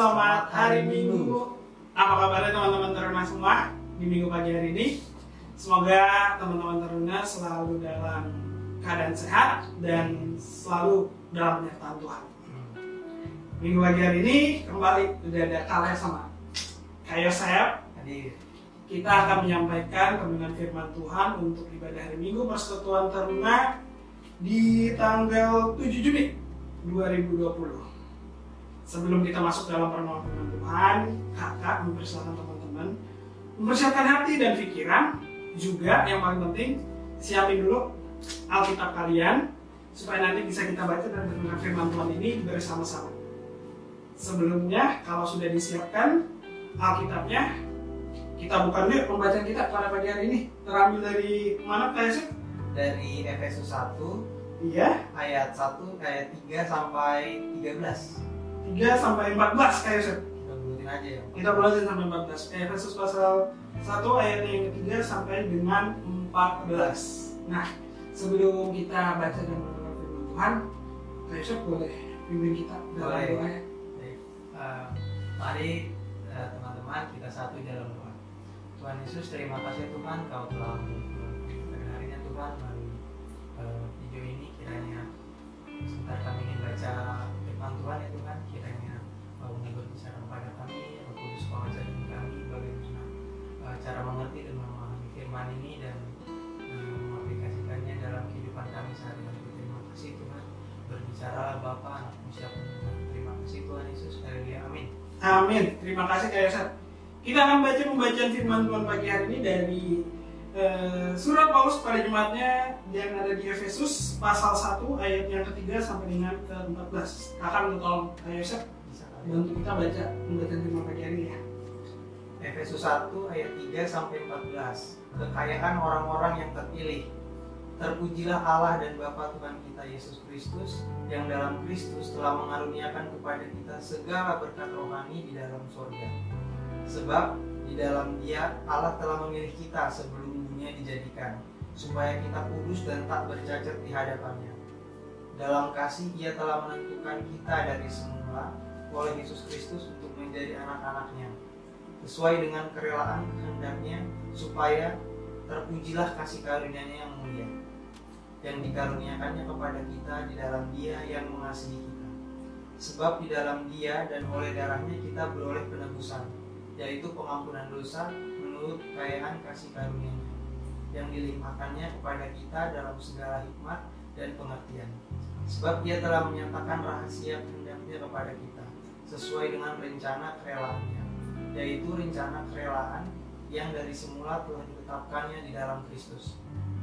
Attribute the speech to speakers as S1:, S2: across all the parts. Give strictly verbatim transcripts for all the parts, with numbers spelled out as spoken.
S1: selamat hari Minggu. Apa kabarnya teman-teman Teruna semua di Minggu pagi hari ini? Semoga teman-teman Teruna selalu dalam keadaan sehat dan selalu dalam penyertaan Tuhan. Minggu pagi hari ini kembali udah ada Kale sama Kak Yosef. Kita akan menyampaikan kebenaran firman Tuhan untuk ibadah hari Minggu Persekutuan Teruna di tanggal tujuh Juni dua ribu dua puluh. Sebelum kita masuk dalam permohonan firman Tuhan, kakak mempersilakan teman-teman mempersiapkan hati dan pikiran. Juga yang paling penting, siapin dulu Alkitab kalian supaya nanti bisa kita baca dan mendengar firman Tuhan ini bersama-sama. Sebelumnya, kalau sudah disiapkan Alkitabnya, kita buka dulu pembacaan kita pada pagi hari ini. Terambil dari mana, Kak Yosef?
S2: Dari Efesus satu,
S1: iya,
S2: ayat satu, ayat tiga sampai tiga belas.
S1: tiga sampai empat belas, Kak Yosef.
S2: Kita bulatin aja ya.
S1: Kita belajar sampai empat belas. Efesus pasal satu ayat yang ketiga sampai dengan empat belas. Nah, sebelum kita baca dan mendengar firman Tuhan, Kak Yosef boleh pimpin kita dalam
S2: Boleh.
S1: doa.
S2: Baik. Uh, mari uh, teman-teman kita satu dalam doa. Tuhan Yesus, terima kasih Tuhan, Kau telah memberikan pada harinya Tuhan melalui uh, video ini. Kiranya sebentar kami ingin baca firman Tuhan ya Tuhan. Kiranya Kau berbicara kepada kami, Roh Kudus Kau ajarin kami bagaimana uh, cara mengerti dan memahami firman ini dan uh, mengaplikasikannya dalam kehidupan kami sehari-hari. Terima kasih Tuhan. Berbicara Bapa, Anakmu siapa Tuhan. Terima kasih Tuhan Yesus. Haleluya. Amin.
S1: Amin. Terima kasih Kak Yosef. Kita akan baca pembacaan firman Tuhan pagi hari ini dari uh, surat Paulus kepada jemaatnya yang ada di Efesus pasal satu ayat yang ketiga sampai dengan ke empat belas. Kakak minta tolong Kak Yosef
S2: Bisa
S1: bantu kita baca pembacaan firman pagi hari ini ya.
S2: Efesus satu ayat tiga sampai empat belas. Kekayaan orang-orang yang terpilih. Terpujilah Allah dan Bapa Tuhan kita Yesus Kristus yang dalam Kristus telah mengaruniakan kepada kita segala berkat rohani di dalam surga. Sebab di dalam Dia Allah telah memilih kita sebelum dunia dijadikan, supaya kita kudus dan tak bercacat di hadapannya. Dalam kasih Ia telah menentukan kita dari semula oleh Yesus Kristus untuk menjadi anak-anaknya, sesuai dengan kerelaan kehendaknya, supaya terpujilah kasih karunia-Nya yang mulia, yang dikaruniakannya kepada kita di dalam Dia yang mengasihi kita. Sebab di dalam Dia dan oleh darahnya kita beroleh penebusan, yaitu pengampunan dosa menurut kekayaan kasih karunia-Nya, yang dilimpahkannya kepada kita dalam segala hikmat dan pengertian. Sebab Ia telah menyatakan rahasia kehendaknya kepada kita, sesuai dengan rencana kerelaan-Nya, yaitu rencana kerelaan yang dari semula telah ditetapkannya di dalam Kristus,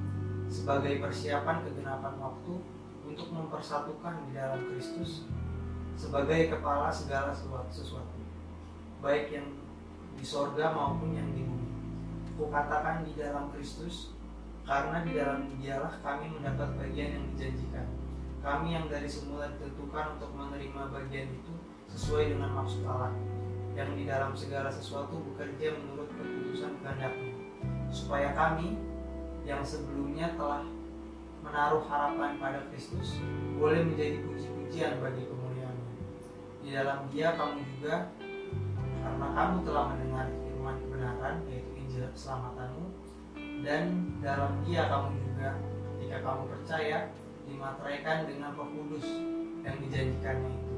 S2: sebagai persiapan kegenapan waktu untuk mempersatukan di dalam Kristus sebagai kepala segala sesuatu, baik yang di sorga maupun yang di bumi. Kukatakan di dalam Kristus, karena di dalam Dialah kami mendapat bagian yang dijanjikan. Kami yang dari semula ditentukan untuk menerima bagian itu sesuai dengan maksud Allah, yang di dalam segala sesuatu bekerja menurut keputusan kehendak-Nya, supaya kami yang sebelumnya telah menaruh harapan pada Kristus boleh menjadi puji-pujian bagi kemuliaan-Nya. Di dalam Dia kamu juga, karena kamu telah mendengar firman kebenaran, yaitu Injil keselamatanmu, dan dalam Dia kamu juga, ketika kamu percaya, dimateraikan dengan Roh Kudus yang dijanjikannya itu.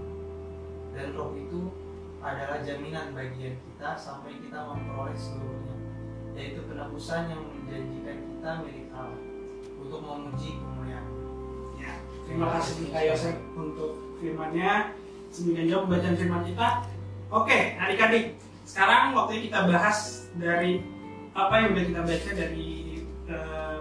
S2: Dan Roh itu adalah jaminan bagian kita sampai kita memperoleh seluruhnya, yaitu penebusan yang menjanjikan kita milik Allah untuk memuji kemuliaan.
S1: Ya, terima kasih Kak Yosef untuk firman-Nya. Demikian juga pembacaan firman kita. Oke, adik-adik, sekarang waktunya kita bahas dari apa yang sudah kita baca dari uh,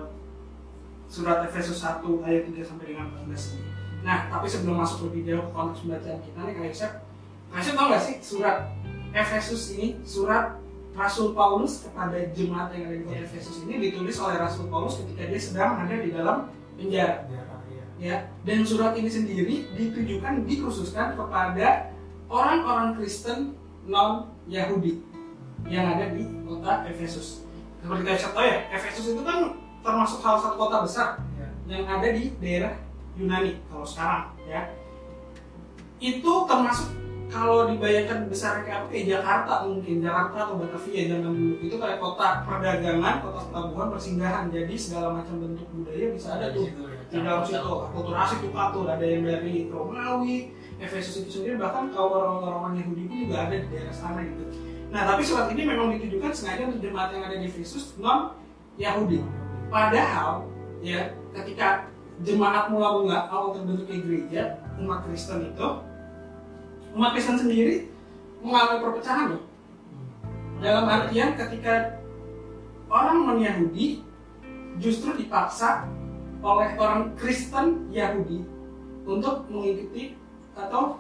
S1: surat Efesus satu ayat tiga sampai dengan empat belas ini. Nah, tapi sebelum masuk lebih jauh ke konteks pembacaan kita nih Kak Yosef, Kak Yosef tahu nggak sih surat Efesus ini, surat Rasul Paulus kepada jemaat yang ada di kota Efesus ini ditulis oleh Rasul Paulus ketika dia sedang ada di dalam penjara. Ya, dan surat ini sendiri ditujukan, dikhususkan kepada orang-orang Kristen non Yahudi yang ada di kota Efesus. Seperti kita tahu ya, Efesus itu kan termasuk salah satu kota besar ya, yang ada di daerah Yunani kalau sekarang ya. Itu termasuk kalau dibayangkan besar kayak apa, kayak Jakarta mungkin, Jakarta atau Batavia zaman dulu itu kayak kota perdagangan, kota pelabuhan, persinggahan. Jadi segala macam bentuk budaya bisa ada tuh di dalam situ. Akulturasi tuh katur, ada yang dari Romawi, Efesus itu sendiri, bahkan kalau orang-orang Yahudi pun juga ada di daerah sana gitu. Nah, tapi surat ini memang ditujukan sengaja untuk jemaat yang ada di Efesus non Yahudi. Padahal ya ketika jemaat mula-mula awal terbentuknya gereja umat Kristen itu, umat Kristen sendiri mengalami perpecahan loh. Dalam artian ketika orang non-Yahudi justru dipaksa oleh orang Kristen Yahudi untuk mengikuti atau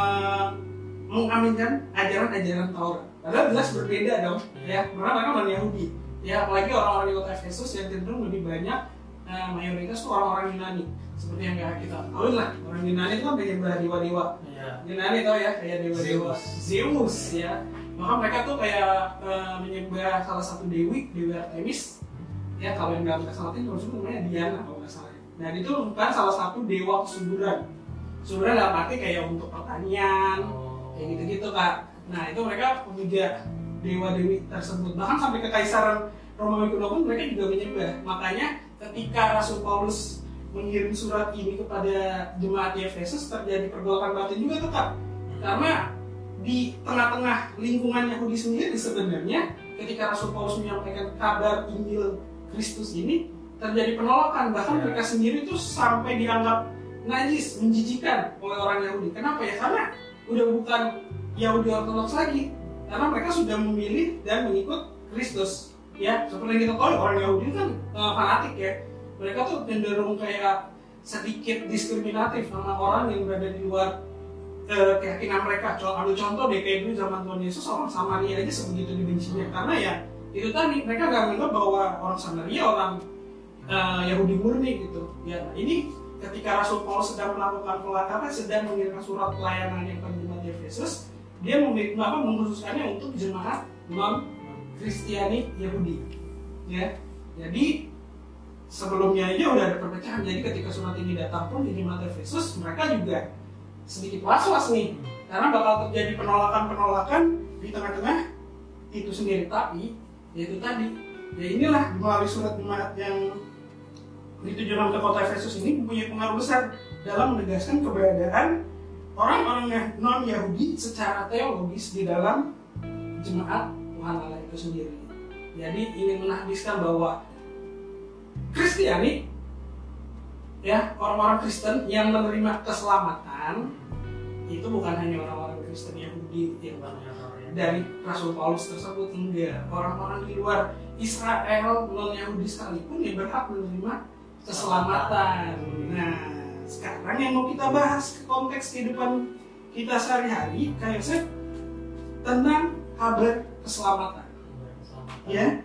S1: mengaminkan ajaran-ajaran Taurat. Padahal jelas berbeda dong, ya, karena mereka non-Yahudi. Ya, apalagi orang-orang di kota Efesus yang cenderung lebih banyak eh, mayoritas tuh orang-orang Yunani. Seperti yang kayak kita tahu lah, orang Yunani itu kan menyembah dewa-dewa. Yeah. Yunani tau ya, kayak dewa-dewa Zeus ya. Maka mereka tuh kayak uh, menyembah salah satu dewi, Dewi Artemis. Ya kalau yang dalam bahasa Latin kalau namanya Diana kalau nggak salah. Nah itu bukan salah satu dewa kesuburan. Kesuburan dalam arti kayak untuk pertanian, oh. kayak gitu-gitu kak. Nah itu mereka memuja dewa-dewi tersebut. Bahkan sampai kekaisaran Romawi kuno pun mereka juga menyembah. Makanya ketika Rasul Paulus mengirim surat ini kepada jemaat di Efesus terjadi pergolakan batin juga tetap, karena di tengah-tengah lingkungan Yahudi sendiri sebenarnya ketika Rasul Paulus menyampaikan kabar Injil Kristus ini terjadi penolakan, bahkan mereka sendiri itu sampai dianggap najis, menjijikan oleh orang Yahudi. Kenapa ya? Karena udah bukan Yahudi Ortodoks lagi, karena mereka sudah memilih dan mengikut Kristus. Ya, seperti yang kita tahu orang Yahudi kan uh, fanatik ya. Mereka tuh cenderung kayak sedikit diskriminatif sama orang yang berada di luar uh, keyakinan mereka. Ambil contoh deh kayak dulu zaman Tuhan Yesus, orang Samaria aja sebegitu dibencinya. Karena ya itu tadi mereka nggak menganggap bahwa orang Samaria orang uh, Yahudi murni gitu. Ya ini ketika Rasul Paulus sedang melakukan pelakaran, sedang mengirimkan surat pelayanan yang ke jemaat Efesus, dia memilih apa mengkhususkannya untuk jemaat non Kristiani Yahudi. Ya, jadi sebelumnya aja udah ada perpecahan. Jadi ketika surat ini datang pun di jemaat Efesus, mereka juga sedikit was-was nih, karena bakal terjadi penolakan-penolakan di tengah-tengah itu sendiri. Tapi yaitu tadi, ya inilah melalui surat jemaat yang ditujukan ke kota Efesus ini mempunyai pengaruh besar dalam menegaskan keberadaan orang-orang non-Yahudi secara teologis di dalam jemaat Tuhan Allah itu sendiri. Jadi ingin menahbiskan bahwa Kristiani, ya orang-orang Kristen yang menerima keselamatan itu bukan hanya orang-orang Kristen Yahudi yang dari Rasul Paulus tersebut, enggak, orang-orang di luar Israel non-Yahudi sekalipun yang berhak menerima keselamatan. Nah, sekarang yang mau kita bahas konteks kehidupan kita sehari-hari, kayak saya tentang kabar keselamatan. Ya,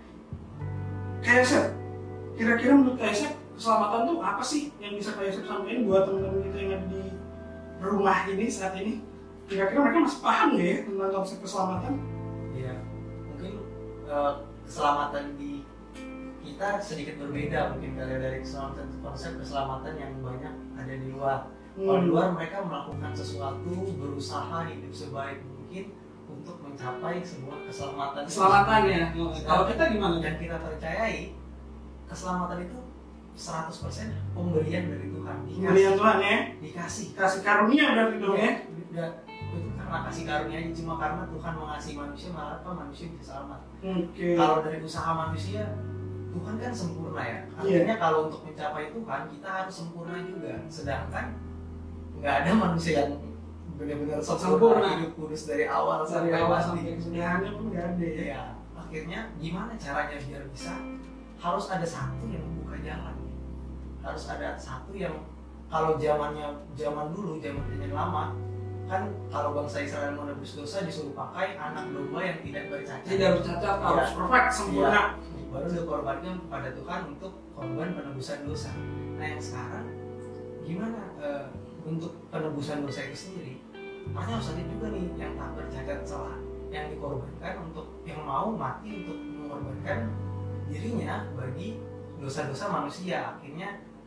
S1: kayak saya kira-kira menurut Kaisep keselamatan tuh apa sih yang bisa Kaisep sampaikan buat teman-teman kita yang ada di rumah ini saat ini? Kira-kira mereka masih paham nggak ya tentang konsep keselamatan? Iya,
S2: mungkin uh, keselamatan di kita sedikit berbeda mungkin dari dari keselamatan konsep keselamatan yang banyak ada di luar. Hmm. Kalau di luar mereka melakukan sesuatu, berusaha hidup sebaik mungkin untuk mencapai sebuah keselamatan.
S1: Keselamatan ya. Kalau kita gimana?
S2: Dan kita percayai keselamatan itu seratus persen pemberian dari Tuhan. Dikasih,
S1: pemberian Tuhan ya?
S2: Dikasih.
S1: Kasih karunia berarti dong ya?
S2: Ya, itu karena kasih karunia aja, cuma karena Tuhan mengasihi manusia, malah manusia bisa selamat.
S1: Okay.
S2: Kalau dari usaha manusia, Tuhan kan sempurna ya. Artinya yeah. Kalau untuk mencapai Tuhan, kita harus sempurna juga. Sedangkan nggak ada manusia yang benar-benar sempurna, hidup kudus dari awal
S1: dari
S2: sampai
S1: awal sampai kesudahannya pun nggak ada ya.
S2: Ya. Akhirnya gimana caranya biar bisa? Harus ada satu yang membuka jalan. Harus ada satu yang kalau zamannya zaman dulu, zaman yang lama, kan kalau bangsa Israel mau nebus dosa disuruh pakai anak domba yang tidak bercacat.
S1: Tidak bercacat, ya. Harus perfect, sempurna. Ya.
S2: Baru dikorbankan kepada Tuhan untuk korban penebusan dosa. Nah yang sekarang gimana e, untuk penebusan dosa itu sendiri? Artinya harus ada juga nih yang tak bercacat celah yang dikorbankan untuk yang mau mati untuk mengorbankan dirinya bagi dosa-dosa manusia. Akhirnya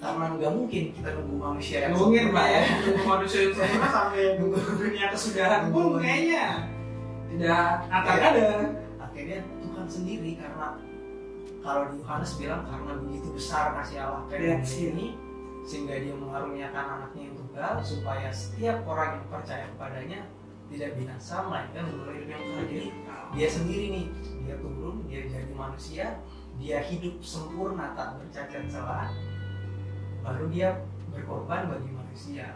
S2: karena nggak mungkin kita nunggu manusia yang
S1: mungkin
S2: sempurna
S1: ya, nunggu manusia yang sempurna sampai nunggu dunia kesudahan pun kayaknya tidak akan ada.
S2: Akhirnya Tuhan sendiri, karena kalau di Yohanes bilang karena begitu besar kasih Allah ke dunia ini, sehingga dia mengaruniakan anaknya yang tunggal supaya setiap orang yang percaya kepadanya tidak binasa melainkan beroleh hidup yang kekal. Jadi dia sendiri nih, dia turun, dia jadi manusia, dia hidup sempurna tak bercacat celah, baru dia berkorban bagi manusia.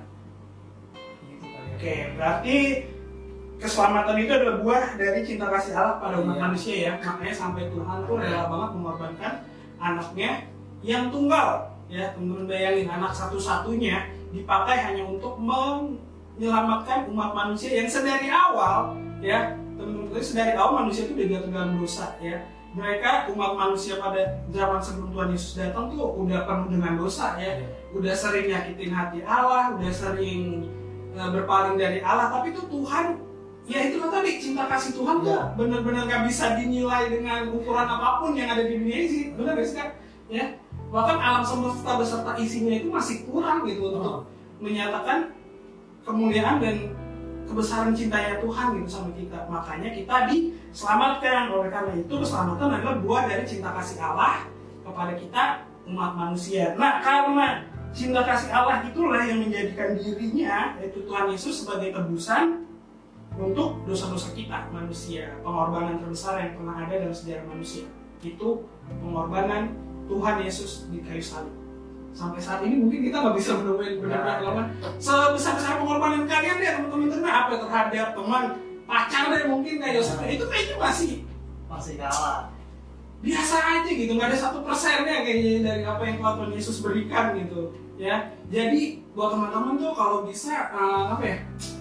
S2: Gitu kali.
S1: Oke, berarti keselamatan itu adalah buah dari cinta kasih Allah pada umat
S2: iya.
S1: manusia ya. Makanya sampai Tuhan tuh rela banget mengorbankan anaknya yang tunggal. Ya, teman-teman bayangin, anak satu-satunya dipakai hanya untuk menyelamatkan umat manusia yang sedari awal, ya, teman-teman, sedari awal manusia itu udah jatuh dalam dosa, ya. Mereka umat manusia pada zaman sebelum Tuhan Yesus datang tuh udah penuh dengan dosa, ya. Udah sering nyakitin hati Allah, udah sering uh, berpaling dari Allah, tapi itu Tuhan, ya itu tadi cinta kasih Tuhan tuh ya. Benar-benar gak bisa dinilai dengan ukuran apapun yang ada di dunia ini sih, benar gak sih kan? Ya. Bahkan alam semesta beserta isinya itu masih kurang gitu untuk oh. menyatakan kemuliaan dan kebesaran cintanya Tuhan gitu sama kita. Makanya kita diselamatkan. Oleh karena itu keselamatan adalah buah dari cinta kasih Allah kepada kita umat manusia. Nah, karena cinta kasih Allah itulah yang menjadikan dirinya, yaitu Tuhan Yesus, sebagai tebusan untuk dosa-dosa kita manusia. Pengorbanan terbesar yang pernah ada dalam sejarah manusia itu pengorbanan Tuhan Yesus di kayu salib. Sampai saat ini mungkin kita nggak bisa menemukan benar-benar lama sebesar-besar pengorbanan kalian deh teman-teman, ternyata apa terhadap teman pacar deh mungkin kayak Yosef, nah, itu kayaknya masih
S2: masih kalah
S1: biasa aja gitu, nggak ada satu persennya kayaknya dari apa yang Tuhan Yesus berikan gitu ya. Jadi buat teman-teman tuh kalau bisa uh, apa ya,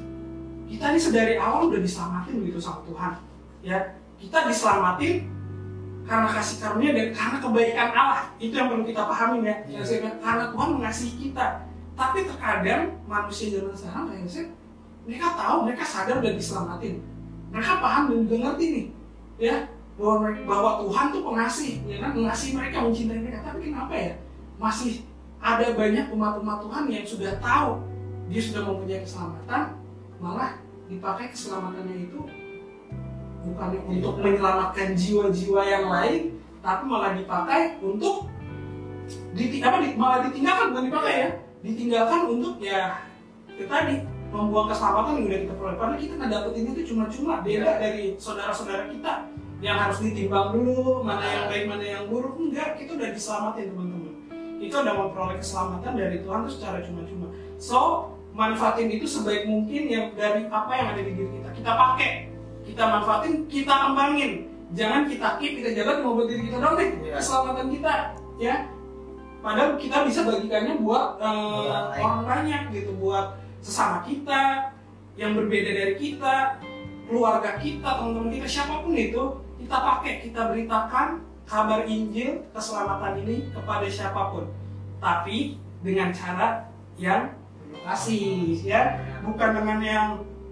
S1: kita ini sedari awal udah diselamatin gitu sama Tuhan ya. Kita diselamatin karena kasih karunia dan karena kebaikan Allah. Itu yang perlu kita pahami ya. Yeah. Karena Tuhan mengasihi kita. Tapi terkadang manusia zaman sekarang kayaknya mereka tahu, mereka sadar udah diselamatin. Mereka paham dan juga ngerti nih, ya, bahwa bahwa Tuhan tuh pengasih, ya kan, mengasihi mereka, mencintai mereka. Tapi kenapa ya masih ada banyak umat-umat Tuhan yang sudah tahu dia sudah mempunyai keselamatan, malah dipakai keselamatannya itu bukan untuk menyelamatkan jiwa-jiwa yang lain, tapi malah dipakai untuk diti apa, di, malah ditinggalkan, bukan dipakai ya, ditinggalkan untuk ya itu tadi membuang keselamatan yang udah kita peroleh. Padahal kita nggak dapetin itu cuma-cuma, beda dari saudara-saudara kita yang harus ditimbang dulu mana yang baik mana yang buruk. Enggak, kita udah diselamatin teman-teman. Kita udah memperoleh keselamatan dari Tuhan itu secara cuma-cuma. So manfaatin itu sebaik mungkin yang dari apa yang ada di diri kita. Kita pakai. Kita manfaatin, kita kembangin. Jangan kita keep, kita jaga cuma buat diri kita doang deh, yeah. keselamatan kita, ya. Padahal kita bisa bagikannya buat uh, orang banyak gitu, buat sesama kita yang berbeda dari kita, keluarga kita, teman-teman kita, siapapun itu, kita pakai, kita beritakan kabar Injil keselamatan ini kepada siapapun. Tapi dengan cara yang penuh kasih, ya, bukan dengan yang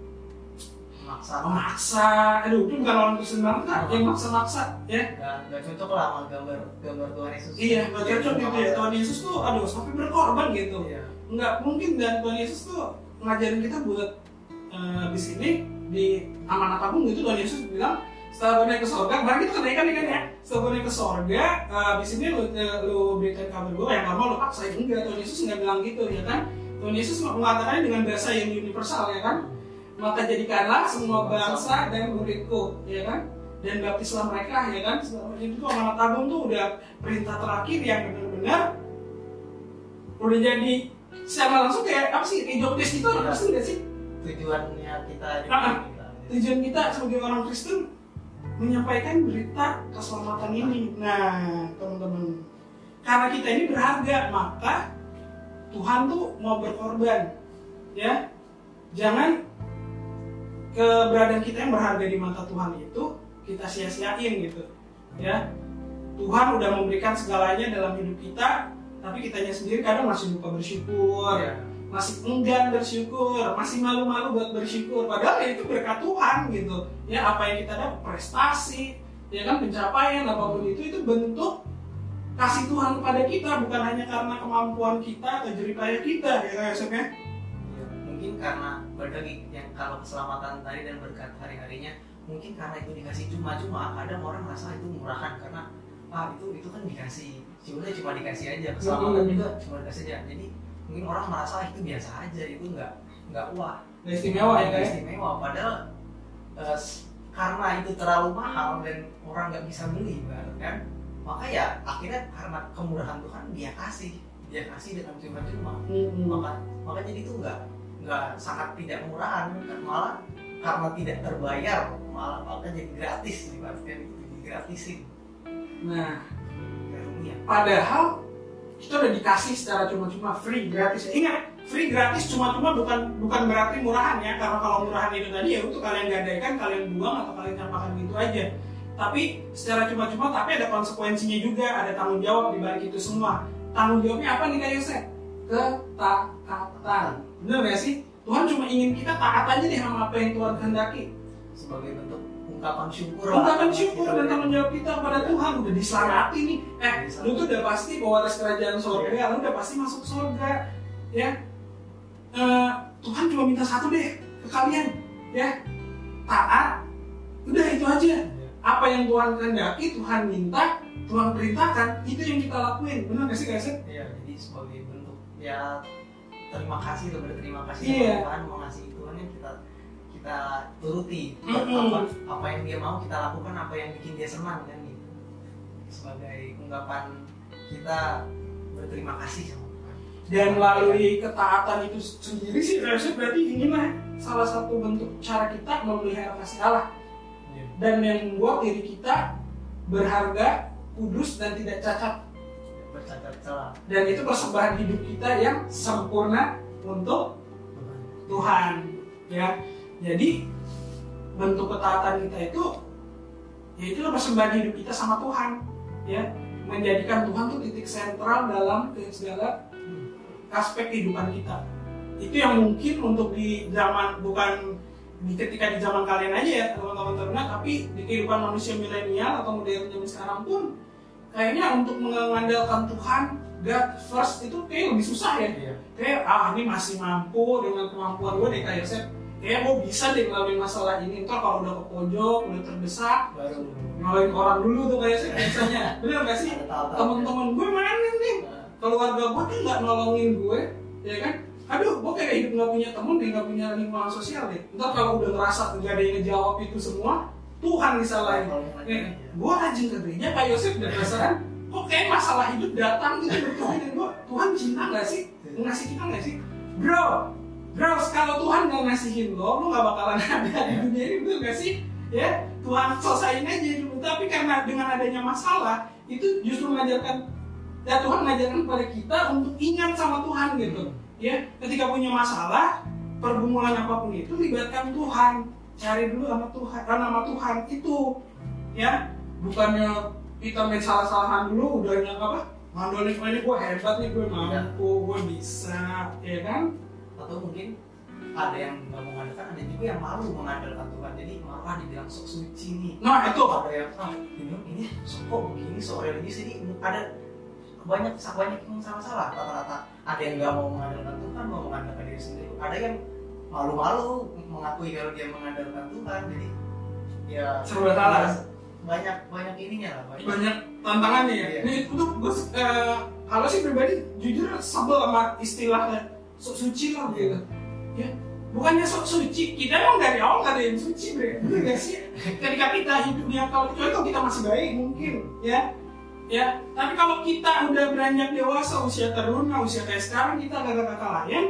S2: maksa
S1: maksa, aduh itu bukan orang Kristen banget kan, yang maksa-maksa ya.
S2: Gak cocok lah sama gambar gambar Tuhan Yesus.
S1: Iya, gak cocok gitu ya. Tuhan Yesus tuh aduh sampai berkorban gitu.
S2: Iya.
S1: Nggak mungkin, dan Tuhan Yesus tuh ngajarin kita buat uh, di sini di amanat agung gitu. Tuhan Yesus bilang setelah gue naik ke sorga, kemarin kita kenaikan kan ya. Setelah gue naik ke sorga, uh, di sini lu, lu berikan kabar gue yang normal lu paksa. Enggak, Tuhan Yesus nggak bilang gitu ya kan. Tuhan Yesus mengatakannya dengan bahasa yang universal ya kan. Maka jadikanlah semua bangsa dan muridku, ya kan? Dan baptislah mereka, ya kan? Itu amanat agung tuh udah perintah terakhir yang benar-benar udah jadi secara langsung kayak apa sih? Kayak job desk itu orang Kristen nggak sih?
S2: Tujuannya kita.
S1: Nah, tujuan kita sebagai orang Kristen menyampaikan berita keselamatan ini. Nah, teman-teman, karena kita ini berharga, maka Tuhan tuh mau berkorban, ya. Jangan keberadaan kita yang berharga di mata Tuhan itu kita sia-siain gitu ya. Tuhan udah memberikan segalanya dalam hidup kita, tapi kitanya sendiri kadang masih lupa bersyukur, yeah. masih enggan bersyukur, masih malu-malu buat bersyukur, padahal ya itu berkat Tuhan gitu ya. Apa yang kita dapat, prestasi ya kan, pencapaian apapun itu, itu bentuk kasih Tuhan kepada kita bukan hanya karena kemampuan kita atau jeripaya kita, ya Kak Yosef ya?
S2: Ya, mungkin karena berbagi yang kalau keselamatan tadi dan berkat hari-harinya, mungkin karena itu dikasih cuma-cuma. Kadang orang merasa itu murahan karena ah itu itu kan dikasih, cuma cuma dikasih aja, keselamatan
S1: hmm.
S2: juga cuma dikasih aja. Jadi mungkin orang merasa itu biasa aja, itu nggak nggak wah,
S1: nggak istimewa ya Kak?
S2: Istimewa, padahal uh, karena itu terlalu mahal dan orang nggak bisa beli, kan? Maka ya akhirnya karena kemurahan Tuhan dia kasih, dia kasih dengan cuma-cuma.
S1: Hmm.
S2: Maka maka jadi itu nggak nggak sangat tidak murahan, malah karena tidak terbayar, malah maka jadi gratis, diartikan itu digratisin.
S1: Nah,
S2: karunia.
S1: Padahal kita udah dikasih secara cuma-cuma, free, gratis. Ingat, free gratis cuma-cuma bukan bukan berarti murahan ya. Karena kalau murahan itu tadi ya untuk kalian gadaikan, kalian buang atau kalian campakkan gitu aja. Tapi secara cuma-cuma, tapi ada konsekuensinya juga, ada tanggung jawab di balik itu semua. Tanggung jawabnya apa nih Kak Yosef? Ketaatan. Bener gak sih? Tuhan cuma ingin kita taat aja deh sama apa yang Tuhan kehendaki.
S2: Sebagai bentuk ungkapan syukur.
S1: Ungkapan syukur dan tanggung jawab kita kepada Tuhan. Udah diselamati nih. Eh, lu tuh udah pasti pewaris kerajaan surga, lu udah pasti masuk surga. Ya, uh, Tuhan cuma minta satu deh ke kalian, ya, taat. Udah itu aja. Apa yang Tuhan kehendaki, Tuhan minta, Tuhan perintahkan, itu yang kita lakuin. Benar nggak sih Kak Yosef?
S2: Iya, jadi sebagai bentuk ya terima kasih, lebih berterima kasih
S1: yeah.
S2: Tuhan mengasihi Tuhan yang kita kita turuti.
S1: Mm-hmm.
S2: apa, apa yang dia mau kita lakukan, apa yang bikin dia senang kan gitu. Sebagai ungkapan kita berterima kasih sama Tuhan.
S1: Dan melalui ketaatan itu sendiri sih Kak Yosef berarti inilah salah satu bentuk cara kita memelihara kasih Allah. Dan yang membuat diri kita berharga, kudus dan tidak cacat,
S2: bercacat celah.
S1: Dan itu persembahan hidup kita yang sempurna untuk Tuhan, ya. Jadi bentuk ketaatan kita itu, ya itulah persembahan hidup kita sama Tuhan, ya. Menjadikan Tuhan tuh titik sentral dalam segala aspek kehidupan kita. Itu yang mungkin untuk di zaman bukan di ketika di zaman kalian aja ya teman-teman teruna, tapi di kehidupan manusia milenial atau modern zaman sekarang pun kayaknya untuk mengandalkan Tuhan God first itu kayak lebih susah ya. Iya. Kayak ah ini masih mampu dengan kemampuan gue deh Kak Yosef, kayak gue bisa deh melalui masalah ini. Ntar kalau udah ke pojok, udah terdesak, baru nolongin orang dulu tuh Kak Yosef biasanya. Bener gak sih? Teman-teman gue mana nih? Keluarga gue tuh nggak nolongin gue, ya kan? Aduh, gue kayak hidup nggak punya temen deh, nggak punya lingkungan sosial deh. Ntar kalau udah ngerasa nggak ada yang ngejawab itu semua, Tuhan disalahin. Eh, gue rajin ke gereja, Kak Yosef udah ngerasakan, kok kayak masalah hidup datang gitu bertuhan dan gue, Tuhan cinta nggak sih? Ngasih kita nggak sih? Bro, bro, kalau Tuhan nggak ngasihin lo, lo nggak bakalan ada di dunia ini, betul nggak sih? Ya, Tuhan selesain aja dulu. Tapi karena dengan adanya masalah, itu justru mengajarkan, ya Tuhan mengajarkan kepada kita untuk ingat sama Tuhan gitu. Ya, ketika punya masalah, pergumulan apapun itu libatkan Tuhan, cari dulu sama Tuhan, nama Tuhan itu, ya, bukannya kita main salah-salahan dulu, udah yang apa, mandolin ini gue hebat nih, gue mampu, gue bisa, ya kan?
S2: Atau mungkin ada yang nggak mengandalkan, ada juga yang malu mengandalkan Tuhan, jadi malah dibilang sok suci nih.
S1: Nah itu
S2: ada yang ah ini ini sok kok begini, sok religius, jadi ada banyak banyak yang salah-salah rata-rata. Ada yang nggak mau mengandalkan Tuhan, mau mengandalkan diri sendiri. Ada yang malu-malu mengakui kalau dia mengandalkan Tuhan. Jadi ya
S1: serba salah.
S2: Banyak banyak ininya lah.
S1: Banyak, banyak tantangannya ya. Iya. Ini untuk gue uh, kalau sih pribadi jujur sebel sama istilahnya sok suci lah gitu. Ya bukannya sok suci, kita emang dari awal nggak ada yang suci bre. Bener nggak sih? Ketika kita hidup di akal kecuali kalau kita masih baik mungkin ya. Ya, tapi kalau kita udah beranjak dewasa, usia teruna, usia kayak sekarang kita agak kakak lain,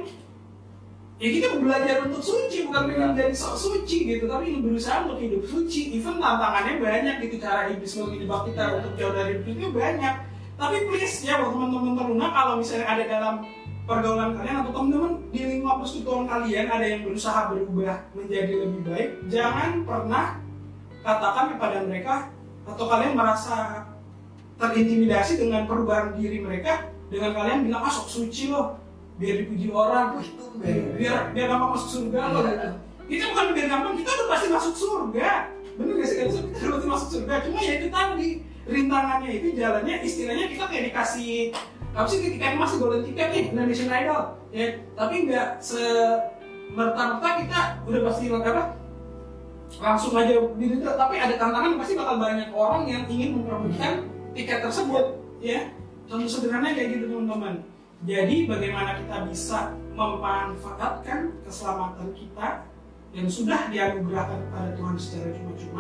S1: ya kita belajar untuk suci, bukan pengen jadi sok suci gitu, tapi ini berusaha untuk hidup suci. Even tantangannya banyak gitu, cara iblis menjebak kita ya. Untuk jauh dari hidup itu banyak. Tapi please ya buat teman-teman teruna, kalau misalnya ada dalam pergaulan kalian atau teman-teman di lingkungan persekutuan kalian ada yang berusaha berubah menjadi lebih baik, jangan pernah katakan kepada mereka atau kalian merasa terintimidasi dengan perubahan diri mereka dengan kalian bilang ah sok suci loh biar dipuji orang, biar biar gampang masuk surga loh gitu. Itu bukan biar gampang, kita udah pasti masuk surga. Bener gak sih? Kita udah pasti masuk surga. Cuma ya itu tadi, rintangannya itu jalannya istilahnya kita kayak dikasih apa sih, kayak masih golden ticket nih Indonesian Idol ya, tapi nggak semerta-merta kita udah pasti apa langsung aja gitu, tapi ada tantangan, pasti bakal banyak orang yang ingin memperebutkan tiket tersebut ya. Contoh sederhananya kayak gitu teman-teman. Jadi bagaimana kita bisa memanfaatkan keselamatan kita yang sudah dianugerahkan kepada Tuhan secara cuma-cuma,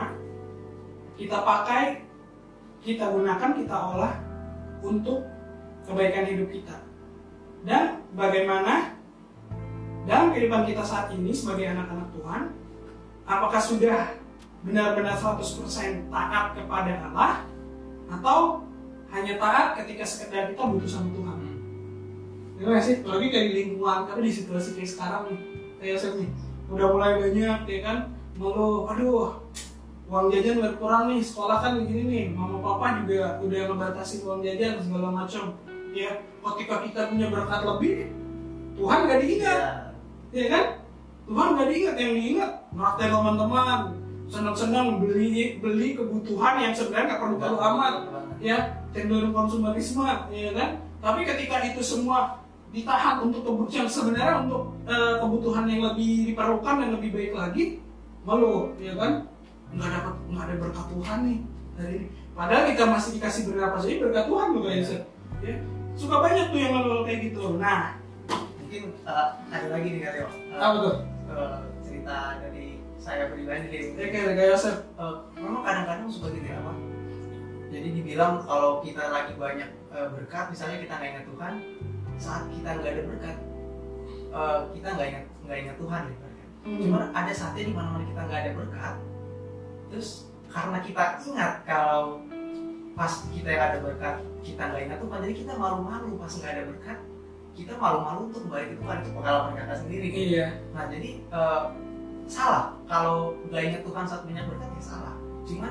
S1: kita pakai, kita gunakan, kita olah untuk kebaikan hidup kita. Dan bagaimana dalam kehidupan kita saat ini sebagai anak-anak Tuhan, apakah sudah benar-benar seratus persen taat kepada Allah, atau hanya taat ketika sekedar kita butuh sama Tuhan? Gimana sih? Lagi kayak di lingkungan, tapi di situasi kayak sekarang nih, kayak saya nih, udah mulai banyak ya kan, ngeluh, aduh uang jajan berkurang nih, sekolah kan begini nih, mama papa juga udah ngebatasi uang jajan segala macam ya. Ketika kita punya berkat lebih, Tuhan gak diingat ya, ya kan? Tuhan gak diingat, yang diingat ngeraktir teman-teman, senang-senang beli beli kebutuhan yang sebenarnya gak perlu-perlu amat ya, cenderung konsumerisme ya kan. Tapi ketika itu semua ditahan untuk kebutuhan sebenarnya, untuk uh, kebutuhan yang lebih diperlukan dan lebih baik lagi, malu ya kan, nggak dapat, nggak ada berkat Tuhan nih dari ini. Padahal kita masih dikasih berapa saja berkat Tuhan loh guys ya. Suka banyak tuh yang malu kayak gitu. Nah
S2: mungkin uh, ada lagi nih Karyo, uh,
S1: apa tuh?
S2: Uh, cerita dari saya pribadi deh.
S1: Ya kayak kayak Yosef.
S2: Uh, memang kadang-kadang suka gitu ya, Pak. Jadi dibilang kalau kita lagi banyak uh, berkat, misalnya kita nggak ingat Tuhan, saat kita nggak ada berkat, uh, kita nggak ingat nggak ingat Tuhan gitu kan. Hmm. Cuma ada saatnya di mana-mana kita nggak ada berkat, terus karena kita ingat kalau pas kita yang ada berkat kita nggak ingat Tuhan, jadi kita malu-malu pas nggak ada berkat, kita malu-malu untuk kembali ke Tuhan. Itu pengalaman kakak sendiri gitu.
S1: Iya.
S2: Nah jadi uh, salah kalau nggak ingat Tuhan saat banyak berkat, ya salah. Cuman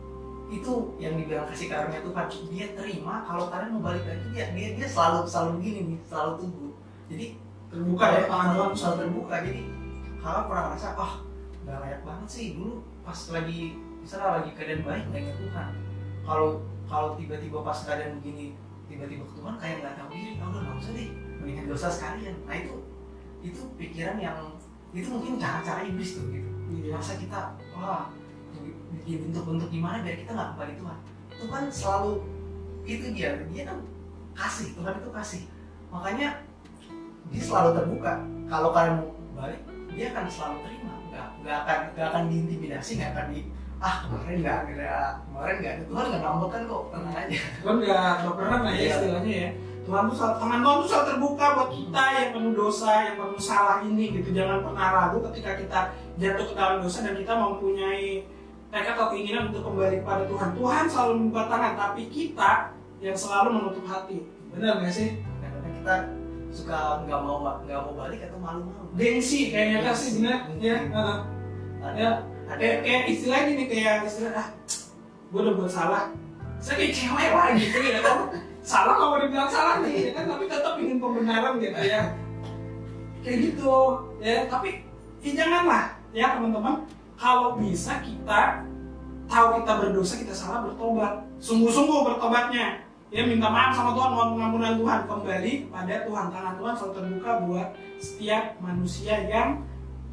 S2: itu yang dibilang kasih karunia Tuhan, dia terima kalau kalian mau balik lagi, dia dia, dia selalu selalu begini nih, selalu tunggu. Jadi
S1: terbuka ya, tangan Tuhan
S2: selalu terbuka. Jadi kalau pernah merasa, ah oh, nggak layak banget sih dulu pas lagi misalnya lagi keadaan baik nggak ingat Tuhan. Kalau kalau tiba-tiba pas keadaan begini tiba-tiba ke Tuhan kayak nggak tahu diri, oh udah nggak usah deh, mendingan dosa sekalian. Nah itu itu pikiran yang itu mungkin cara-cara iblis tuh gitu.
S1: Iya.
S2: Masa kita wah bikin bentuk-bentuk gimana biar kita nggak kembali Tuhan. Tuhan selalu itu dia, dia kan kasih, Tuhan itu kasih. Makanya dia selalu terbuka. Kalau kalian mau balik, dia akan selalu terima. Nggak nggak akan nggak akan diintimidasi, nggak akan di ah kemarin nggak ada kemarin nggak ada Tuhan nggak ngambek kan kok, tenang aja. Tuhan
S1: nggak baperan lah ya istilahnya ya. Tuhan tuh tangan Tuhan tuh selalu terbuka buat kita yang penuh dosa, yang penuh salah ini gitu. Jangan pernah ragu ketika kita jatuh ke dalam dosa dan kita mempunyai tekad atau keinginan untuk kembali kepada Tuhan. Tuhan selalu membuka tangan, tapi kita yang selalu menutup hati. Benar nggak sih?
S2: Karena kita suka nggak mau nggak mau balik atau malu-malu.
S1: Gengsi kayaknya kan sih, benar ya. Uh, ya kayak kayak istilahnya gini, kayak istilah ah, gue udah buat salah. Saya kayak cewek lah gitu ya kan. Salah nggak mau dibilang salah nih, ya kan? Tapi tetap ingin pembenaran gitu ya. Kayak gitu ya. Tapi ya janganlah ya teman-teman. Kalau bisa kita tahu kita berdosa, kita salah, bertobat, sungguh-sungguh bertobatnya ya, minta maaf sama Tuhan, mohon pengampunan Tuhan, kembali pada Tuhan. Tangan Tuhan selalu terbuka buat setiap manusia yang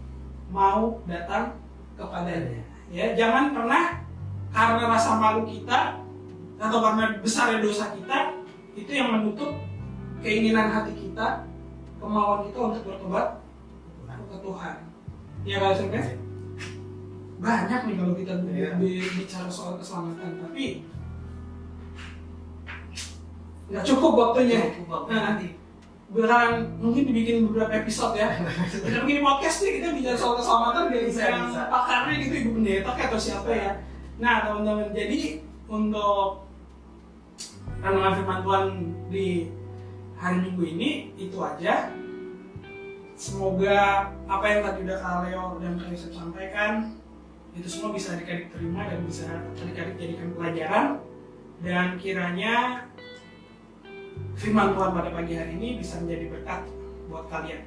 S1: mau datang kepadanya ya. Jangan pernah karena rasa malu kita atau karena besarnya dosa kita itu yang menutup keinginan hati kita, kemauan kita untuk bertobat ke Tuhan ya. Kalau sampai banyak nih kalau kita yeah. bicara soal keselamatan, tapi nggak cukup waktunya.
S2: Cukup
S1: nah, nanti bakalan mungkin dibikin beberapa episode ya. Kita bikin podcast nih, kita bicara soal keselamatan dari yang pakarnya gitu, ibu pendeta atau siapa ya. Nah teman-teman, jadi untuk renungan firman Tuhan di hari Minggu ini itu aja. Semoga apa yang tadi udah Kak Leo dan Kak Yosef sampaikan itu semua bisa adik-adik terima dan bisa adik-adik jadikan pelajaran, dan kiranya firman Tuhan pada pagi hari ini bisa menjadi berkat buat kalian.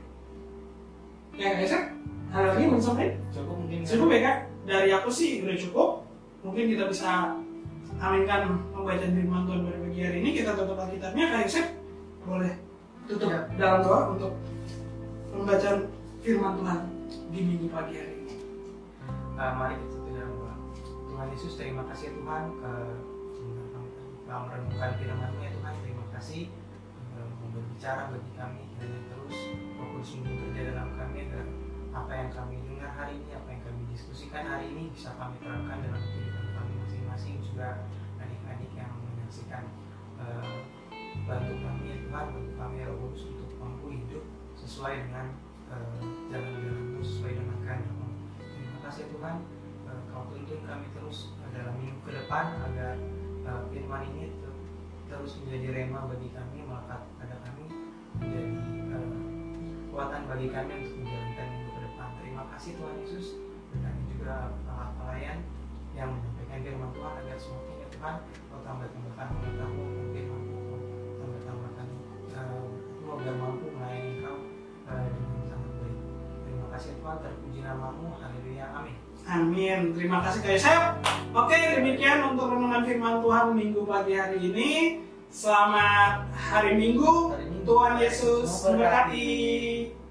S1: Ya Kak Yosef, ada lagi mau disampaikan?
S2: Cukup mungkin.
S1: Cukup ya Kak? Dari aku sih udah cukup. mungkin kita bisa aminkan pembacaan firman Tuhan pada pagi hari ini. Kita tutup Alkitabnya. Kak Yosef boleh tutup ya dalam doa untuk pembacaan firman Tuhan di minggu pagi hari ini.
S2: Uh, mari kita tutup dalam doa. Tuhan Yesus, terima kasih ya Tuhan ke telah merenungkan firman-Mu ya Tuhan. Terima kasih uh, berbicara bagi kami kiranya terus Roh Kudus bekerja dalam kami agar apa yang kami dengar hari ini, apa yang kami diskusikan hari ini bisa kami terapkan dalam kehidupan kami masing-masing, juga adik-adik yang menyaksikan. Uh, bantu kami ya Tuhan, bantu kami ya Roh Kudus untuk mampu hidup sesuai dengan uh, jalan-jalan-Mu, sesuai dengan kehendak-Mu. Terima kasih Tuhan, uh, Kau tuntun kami terus uh, dalam minggu ke depan agar uh, firman ini ter terus menjadi rema bagi kami, melekat pada kami, menjadi uh, kekuatan bagi kami untuk menjalankan minggu ke depan. Terima kasih Tuhan Yesus, dan juga para pelayan yang menyampaikan firman Tuhan agar semakin ya Tuhan Kau tambah-tambahkan pengetahuan firman-Mu, tambah-tambahkan uh, agar mampu melayani Kau uh, dengan sangat baik. Terima kasih Tuhan, terpuji nama-Mu, haleluya, amin.
S1: Amin. Terima kasih Kak Yosef. Oke, demikian untuk renungan firman Tuhan minggu pagi hari ini. Selamat hari Minggu. Tuhan Yesus memberkati.